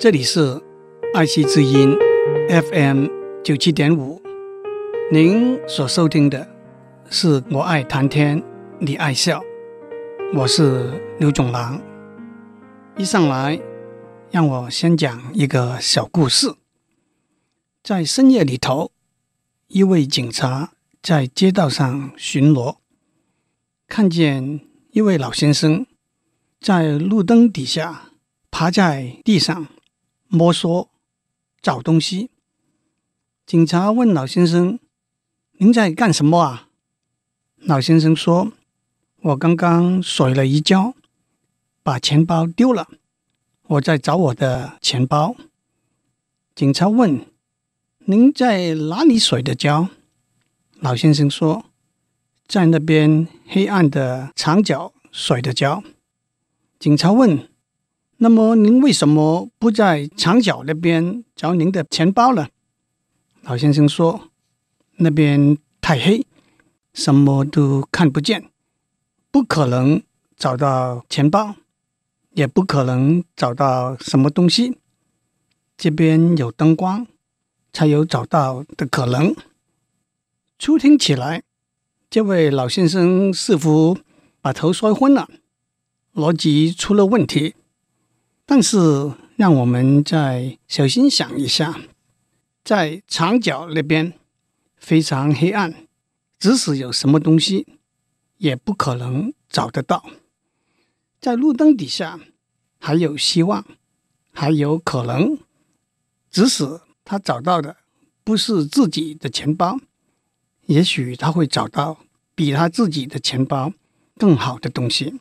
这里是爱惜之音 FM 97.5，您所收听的是我爱谈天你爱笑，我是刘总郎。一上来让我先讲一个小故事。在深夜里头，一位警察在街道上巡逻，看见一位老先生在路灯底下趴在地上摸索找东西。警察问老先生：您在干什么啊？老先生说：我刚刚摔了一跤，把钱包丢了，我在找我的钱包。警察问：您在哪里摔的跤？老先生说：在那边黑暗的墙角摔的跤。警察问：那么您为什么不在墙角那边找您的钱包呢？老先生说：那边太黑，什么都看不见，不可能找到钱包，也不可能找到什么东西。这边有灯光，才有找到的可能。初听起来，这位老先生似乎把头摔昏了，逻辑出了问题。但是让我们再小心想一下，在墙角那边非常黑暗，即使有什么东西也不可能找得到。在路灯底下还有希望，还有可能，即使他找到的不是自己的钱包，也许他会找到比他自己的钱包更好的东西。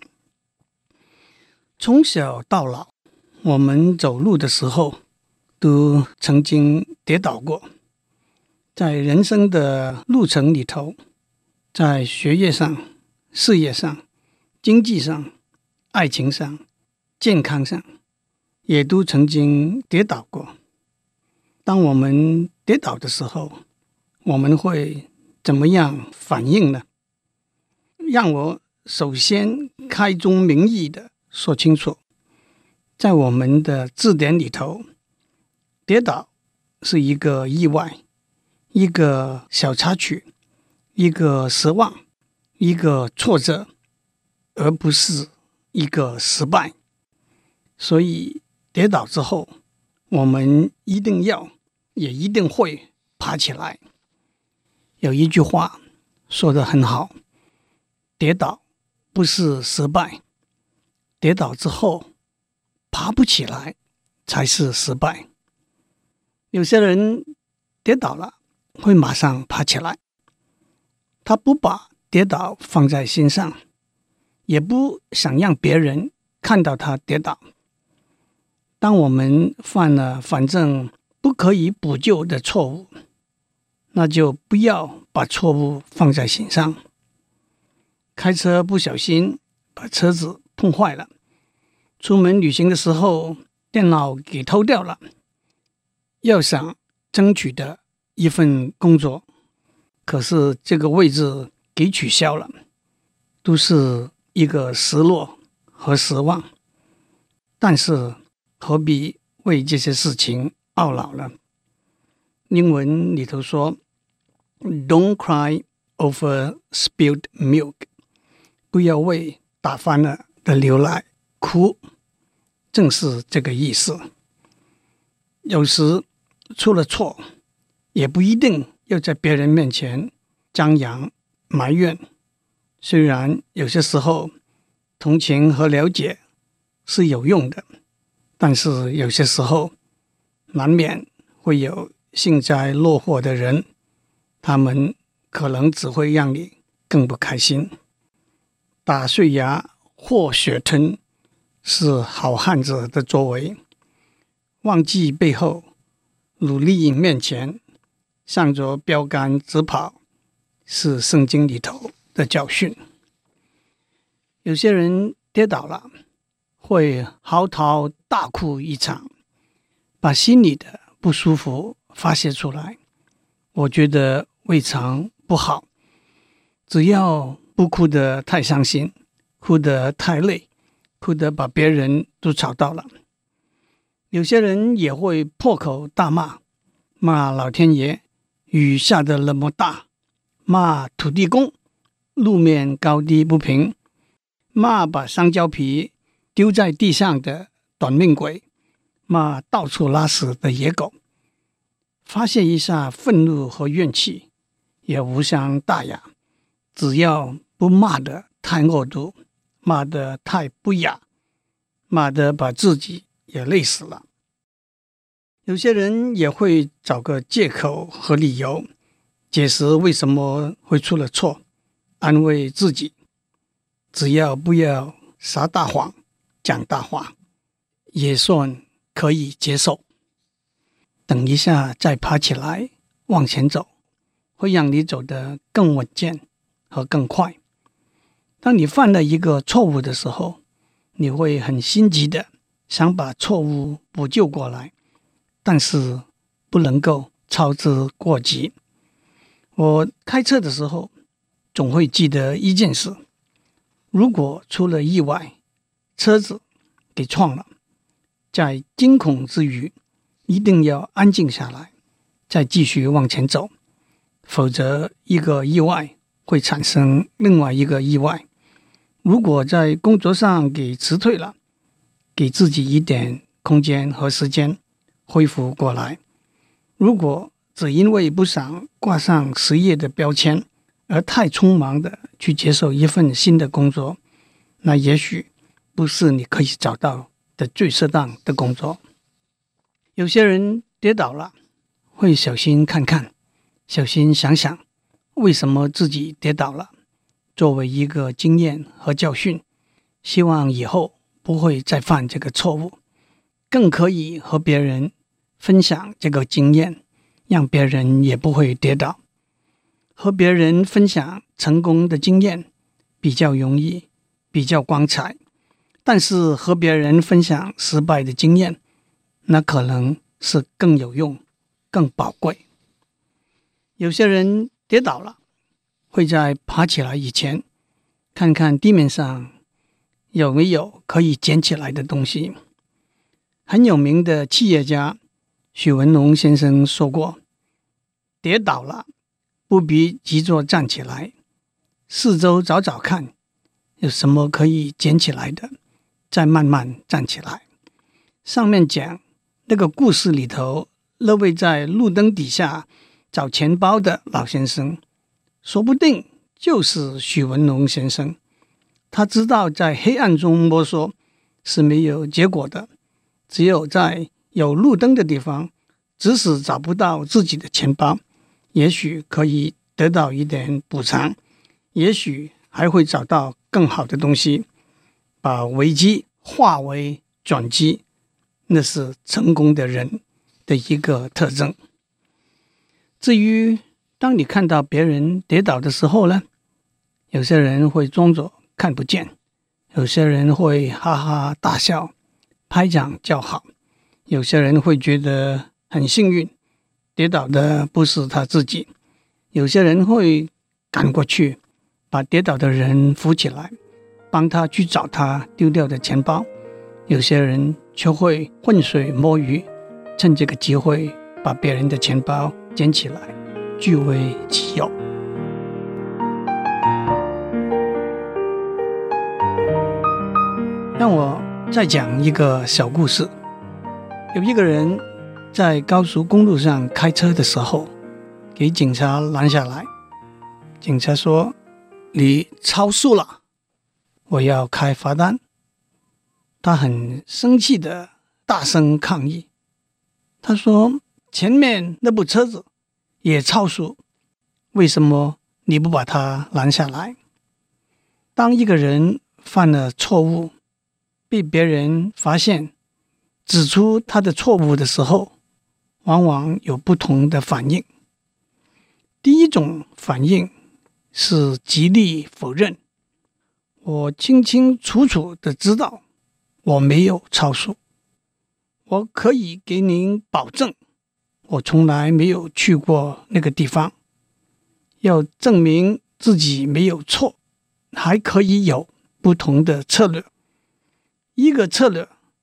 从小到老，我们走路的时候都曾经跌倒过。在人生的路程里头，在学业上、事业上、经济上、爱情上、健康上，也都曾经跌倒过。当我们跌倒的时候，我们会怎么样反应呢？让我首先开宗明义的说清楚，在我们的字典里头，跌倒是一个意外，一个小插曲，一个失望，一个挫折，而不是一个失败。所以跌倒之后，我们一定要也一定会爬起来。有一句话说得很好，跌倒不是失败，跌倒之后爬不起来才是失败。有些人跌倒了会马上爬起来，他不把跌倒放在心上，也不想让别人看到他跌倒。当我们犯了反正不可以补救的错误，那就不要把错误放在心上。开车不小心把车子碰坏了，出门旅行的时候电脑给偷掉了，要想争取的一份工作，可是这个位置给取消了，都是一个失落和失望。但是何必为这些事情懊恼呢？英文里头说 Don't cry over spilled milk， 不要为打翻了的牛奶哭，正是这个意思。有时出了错，也不一定要在别人面前张扬埋怨。虽然有些时候同情和了解是有用的，但是有些时候难免会有幸灾乐祸的人，他们可能只会让你更不开心。打碎牙或血吞是好汉子的作为，忘记背后，努力面前，向着标杆直跑，是圣经里头的教训。有些人跌倒了，会嚎啕大哭一场，把心里的不舒服发泄出来。我觉得未尝不好，只要不哭得太伤心，哭得太累，哭得把别人都吵到了。 有些人也会破口大骂，骂老天爷雨下得那么大，骂土地公路面高低不平，骂把香蕉皮丢在地上的短命鬼，骂到处拉屎的野狗。发泄一下愤怒和怨气也无伤大雅，只要不骂得太恶毒，骂得太不雅，骂得把自己也累死了。有些人也会找个借口和理由解释为什么会出了错，安慰自己，只要不要撒大谎讲大话，也算可以接受。等一下再爬起来往前走，会让你走得更稳健和更快。当你犯了一个错误的时候，你会很心急的想把错误补救过来，但是不能够操之过急。我开车的时候总会记得一件事，如果出了意外，车子给撞了，在惊恐之余一定要安静下来，再继续往前走，否则一个意外会产生另外一个意外。如果在工作上给辞退了，给自己一点空间和时间恢复过来。如果只因为不想挂上失业的标签而太匆忙的去接受一份新的工作，那也许不是你可以找到的最适当的工作。有些人跌倒了，会小心看看，小心想想为什么自己跌倒了，作为一个经验和教训，希望以后不会再犯这个错误，更可以和别人分享这个经验，让别人也不会跌倒。和别人分享成功的经验比较容易，比较光彩，但是和别人分享失败的经验，那可能是更有用、更宝贵。有些人跌倒了，会在爬起来以前看看地面上有没有可以捡起来的东西。很有名的企业家许文龙先生说过，跌倒了不必急着站起来，四周找找看有什么可以捡起来的，再慢慢站起来。上面讲那个故事里头那位在路灯底下找钱包的老先生，说不定就是许文龙先生。他知道在黑暗中摸索是没有结果的，只有在有路灯的地方，即使找不到自己的钱包，也许可以得到一点补偿，也许还会找到更好的东西。把危机化为转机，那是成功的人的一个特征。至于当你看到别人跌倒的时候呢，有些人会装作看不见，有些人会哈哈大笑，拍掌叫好，有些人会觉得很幸运，跌倒的不是他自己，有些人会赶过去把跌倒的人扶起来，帮他去找他丢掉的钱包，有些人却会浑水摸鱼，趁这个机会把别人的钱包捡起来据为己有。让我再讲一个小故事。有一个人在高速公路上开车的时候，给警察拦下来。警察说：“你超速了，我要开罚单。”他很生气的大声抗议。他说：“前面那部车子也超速，为什么你不把他拦下来？”当一个人犯了错误，被别人发现，指出他的错误的时候，往往有不同的反应。第一种反应是极力否认，我清清楚楚的知道我没有超速，我可以给您保证，我从来没有去过那个地方。要证明自己没有错，还可以有不同的策略。一个策略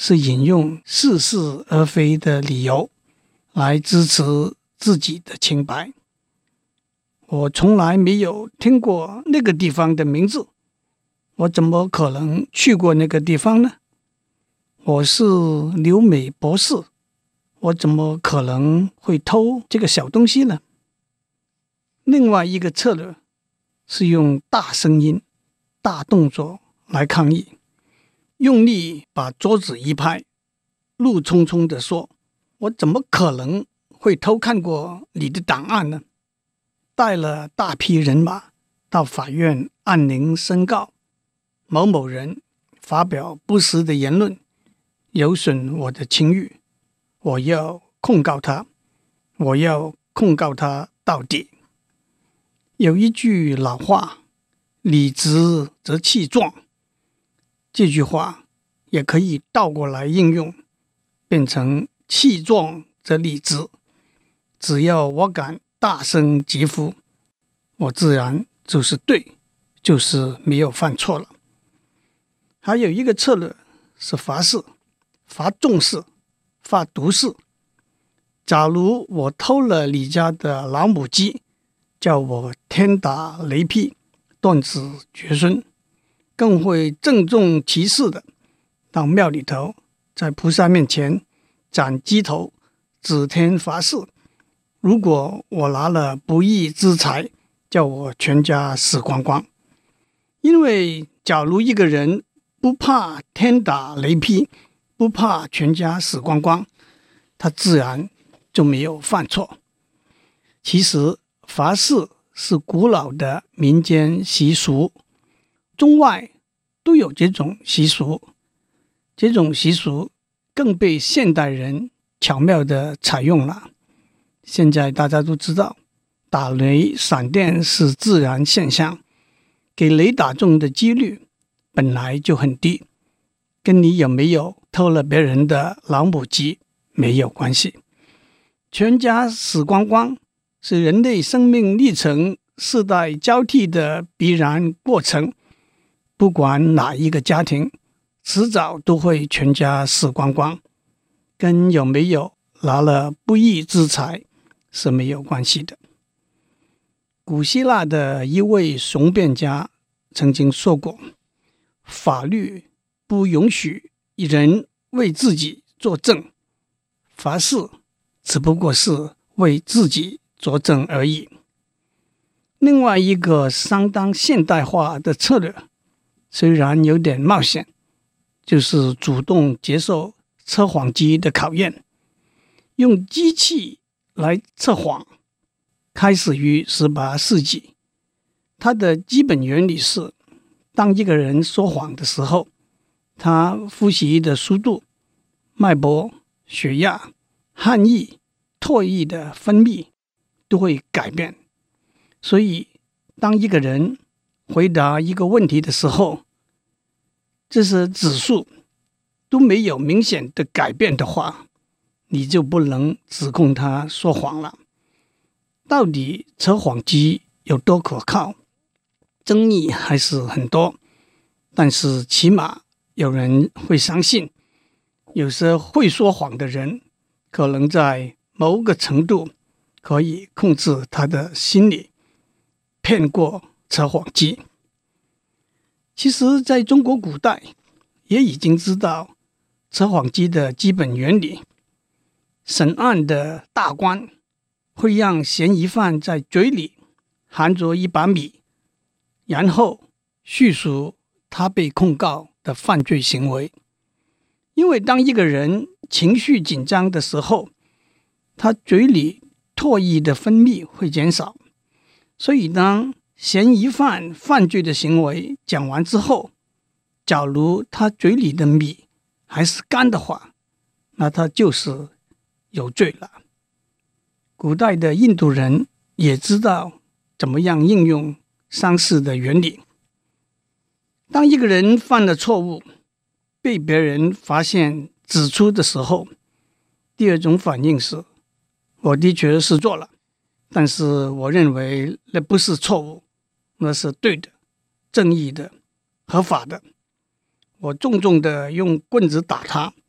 是引用似是而非的理由来支持自己的清白。我从来没有听过那个地方的名字，我怎么可能去过那个地方呢？我是留美博士，我怎么可能会偷这个小东西呢？另外一个策略是用大声音、大动作来抗议，用力把桌子一拍，怒冲冲地说：我怎么可能会偷看过你的档案呢？带了大批人马到法院按铃申告，某某人发表不实的言论，有损我的清誉，我要控告他，我要控告他到底。有一句老话，理直则气壮，这句话也可以倒过来应用，变成气壮则理直。只要我敢大声疾呼，我自然就是对，就是没有犯错了。还有一个策略是罚事，罚重事，罚毒事。假如我偷了你家的老母鸡，叫我天打雷劈，断子绝孙，更会郑重其事的到庙里头，在菩萨面前斩鸡头，指天发誓，如果我拿了不义之财，叫我全家死光光。因为假如一个人不怕天打雷劈，不怕全家死光光，他自然就没有犯错。其实罚事是古老的民间习俗，中外都有这种习俗。这种习俗更被现代人巧妙地采用了。现在大家都知道，打雷闪电是自然现象，给雷打中的几率本来就很低，跟你有没有偷了别人的老母鸡没有关系。全家死光光是人类生命历程世代交替的必然过程，不管哪一个家庭，迟早都会全家死光光，跟有没有拿了不义之财是没有关系的。古希腊的一位雄辩家曾经说过，法律不允许人为自己作证，罚事只不过是为自己作证而已。另外一个相当现代化的策略，虽然有点冒险，就是主动接受测谎机的考验，用机器来测谎。开始于18世纪，它的基本原理是，当一个人说谎的时候，他呼吸的速度、脉搏、血压、汗液、唾液的分泌都会改变。所以当一个人回答一个问题的时候，这些指数都没有明显的改变的话，你就不能指控他说谎了。到底测谎机有多可靠，争议还是很多，但是起码有人会相信，有些会说谎的人可能在某个程度可以控制他的心理，骗过测谎机。其实在中国古代也已经知道测谎机的基本原理。审案的大官会让嫌疑犯在嘴里含着一把米，然后叙述他被控告的犯罪行为。因为当一个人情绪紧张的时候，他嘴里唾液的分泌会减少，所以当嫌疑犯犯罪的行为讲完之后，假如他嘴里的米还是干的话，那他就是有罪了。古代的印度人也知道怎么样应用上述的原理。当一个人犯了错误，被别人发现指出的时候，第二种反应是，我的确是做了，但是我认为那不是错误，那是对的、正义的、合法的。我重重的用棍子打他，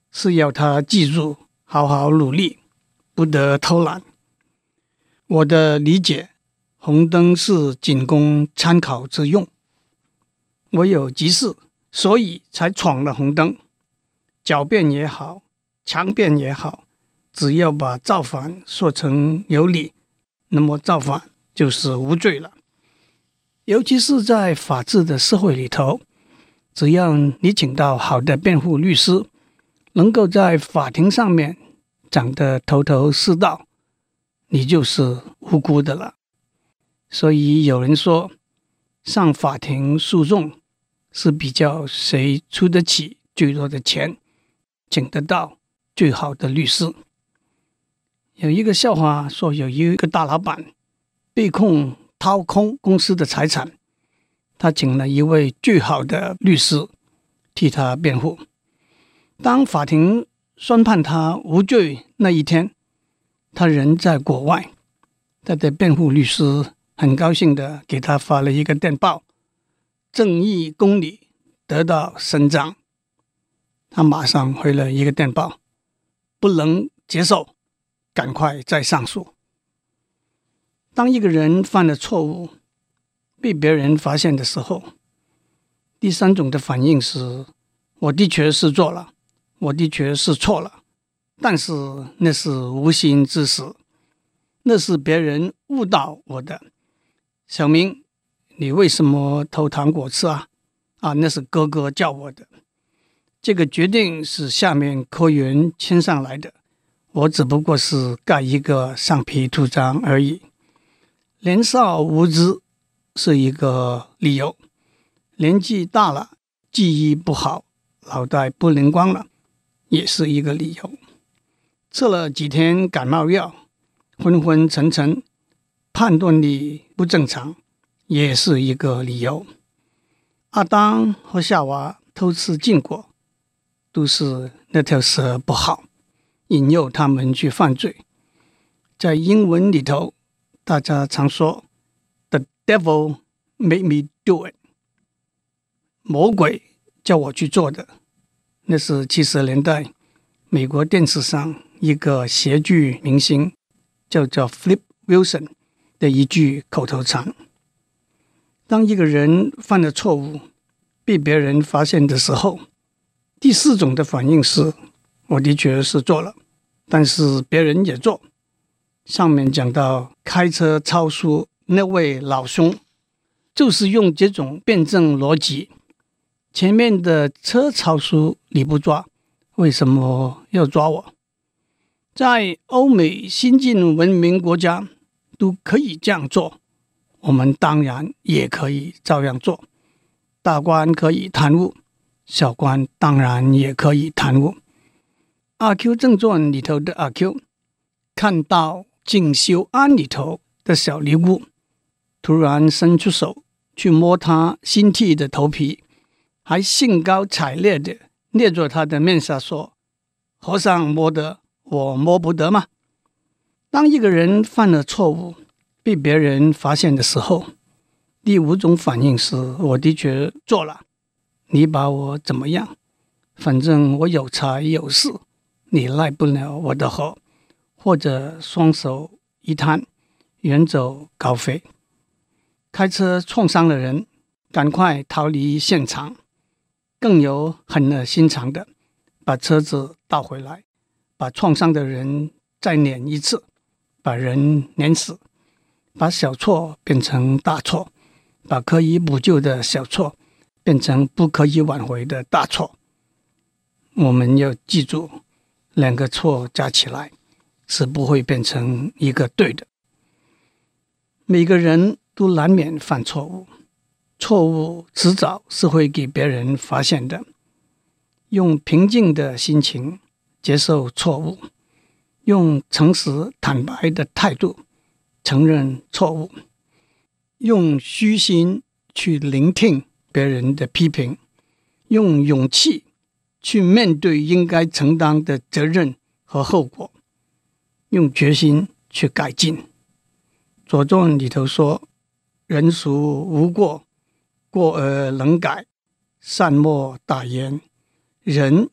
是要他记住，好好努力，不得偷懒。我的理解，红灯是仅供参考之用。我有急事，所以才闯了红灯。狡辩也好，强辩也好，只要把造反说成有理，那么造反就是无罪了。尤其是在法治的社会里头，只要你请到好的辩护律师，能够在法庭上面讲得头头是道，你就是无辜的了。所以有人说，上法庭诉讼是比较谁出得起最多的钱，请得到最好的律师。有一个笑话说，有一个大老板被控掏空公司的财产，他请了一位最好的律师替他辩护。当法庭宣判他无罪那一天，他人在国外，他的辩护律师很高兴地给他发了一个电报，正义公理得到伸张。他马上回了一个电报，不能接受，赶快再上诉。当一个人犯了错误，被别人发现的时候，第三种的反应是，我的确是做了，我的确是错了，但是那是无心之失，那是别人误导我的。小明，你为什么偷糖果吃啊？那是哥哥叫我的。这个决定是下面科员签上来的，我只不过是盖一个橡皮图章而已。年少无知是一个理由，年纪大了，记忆不好，脑袋不灵光了，也是一个理由。吃了几天感冒药，昏昏沉沉，判断力不正常，也是一个理由。亚当和夏娃偷吃禁果，都是那条蛇不好，引诱他们去犯罪。在英文里头，大家常说 The devil made me do it， 魔鬼叫我去做的。那是70年代美国电视上一个谐剧明星叫做 Flip Wilson 的一句口头禅。当一个人犯了错误，被别人发现的时候，第四种的反应是，我的确是做了，但是别人也做。上面讲到开车超速那位老兄，就是用这种辩证逻辑，前面的车超速你不抓，为什么要抓我？在欧美新进文明国家都可以这样做，我们当然也可以照样做。大官可以贪污，小官当然也可以贪污。阿 Q 正传里头的阿 Q 看到进修庵里头的小尼姑，突然伸出手去摸他新剃的头皮，还兴高采烈地捏着他的面纱说，和尚摸得我摸不得吗？当一个人犯了错误，被别人发现的时候，第五种反应是，我的确做了，你把我怎么样？反正我有财有势，你赖不了我的活，或者双手一摊，远走高飞。开车撞伤的人，赶快逃离现场。更有狠了心肠的，把车子倒回来，把撞伤的人再碾一次，把人碾死，把小错变成大错，把可以补救的小错变成不可以挽回的大错。我们要记住，两个错加起来是不会变成一个对的。每个人都难免犯错误，错误迟早是会给别人发现的。用平静的心情接受错误，用诚实坦白的态度承认错误，用虚心去聆听别人的批评，用勇气去面对应该承担的责任和后果，用决心去改进。左传里头说，人孰无过，过而能改，善莫大焉。人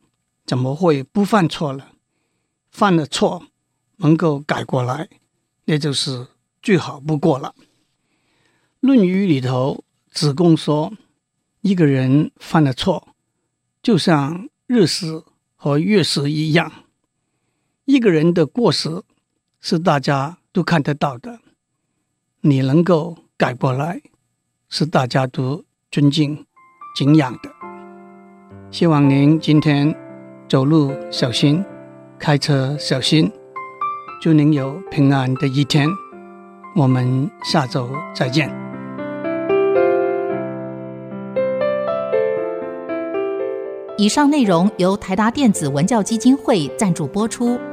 怎么会不犯错了？犯了错能够改过来，那就是最好不过了。论语里头，子贡说，一个人犯了错，就像日食和月食一样，一个人的过失是大家都看得到的，你能够改过来，是大家都尊敬敬仰的。希望您今天走路小心，开车小心，祝您有平安的一天。我们下周再见。 以上内容由台达电子文教基金会赞助播出。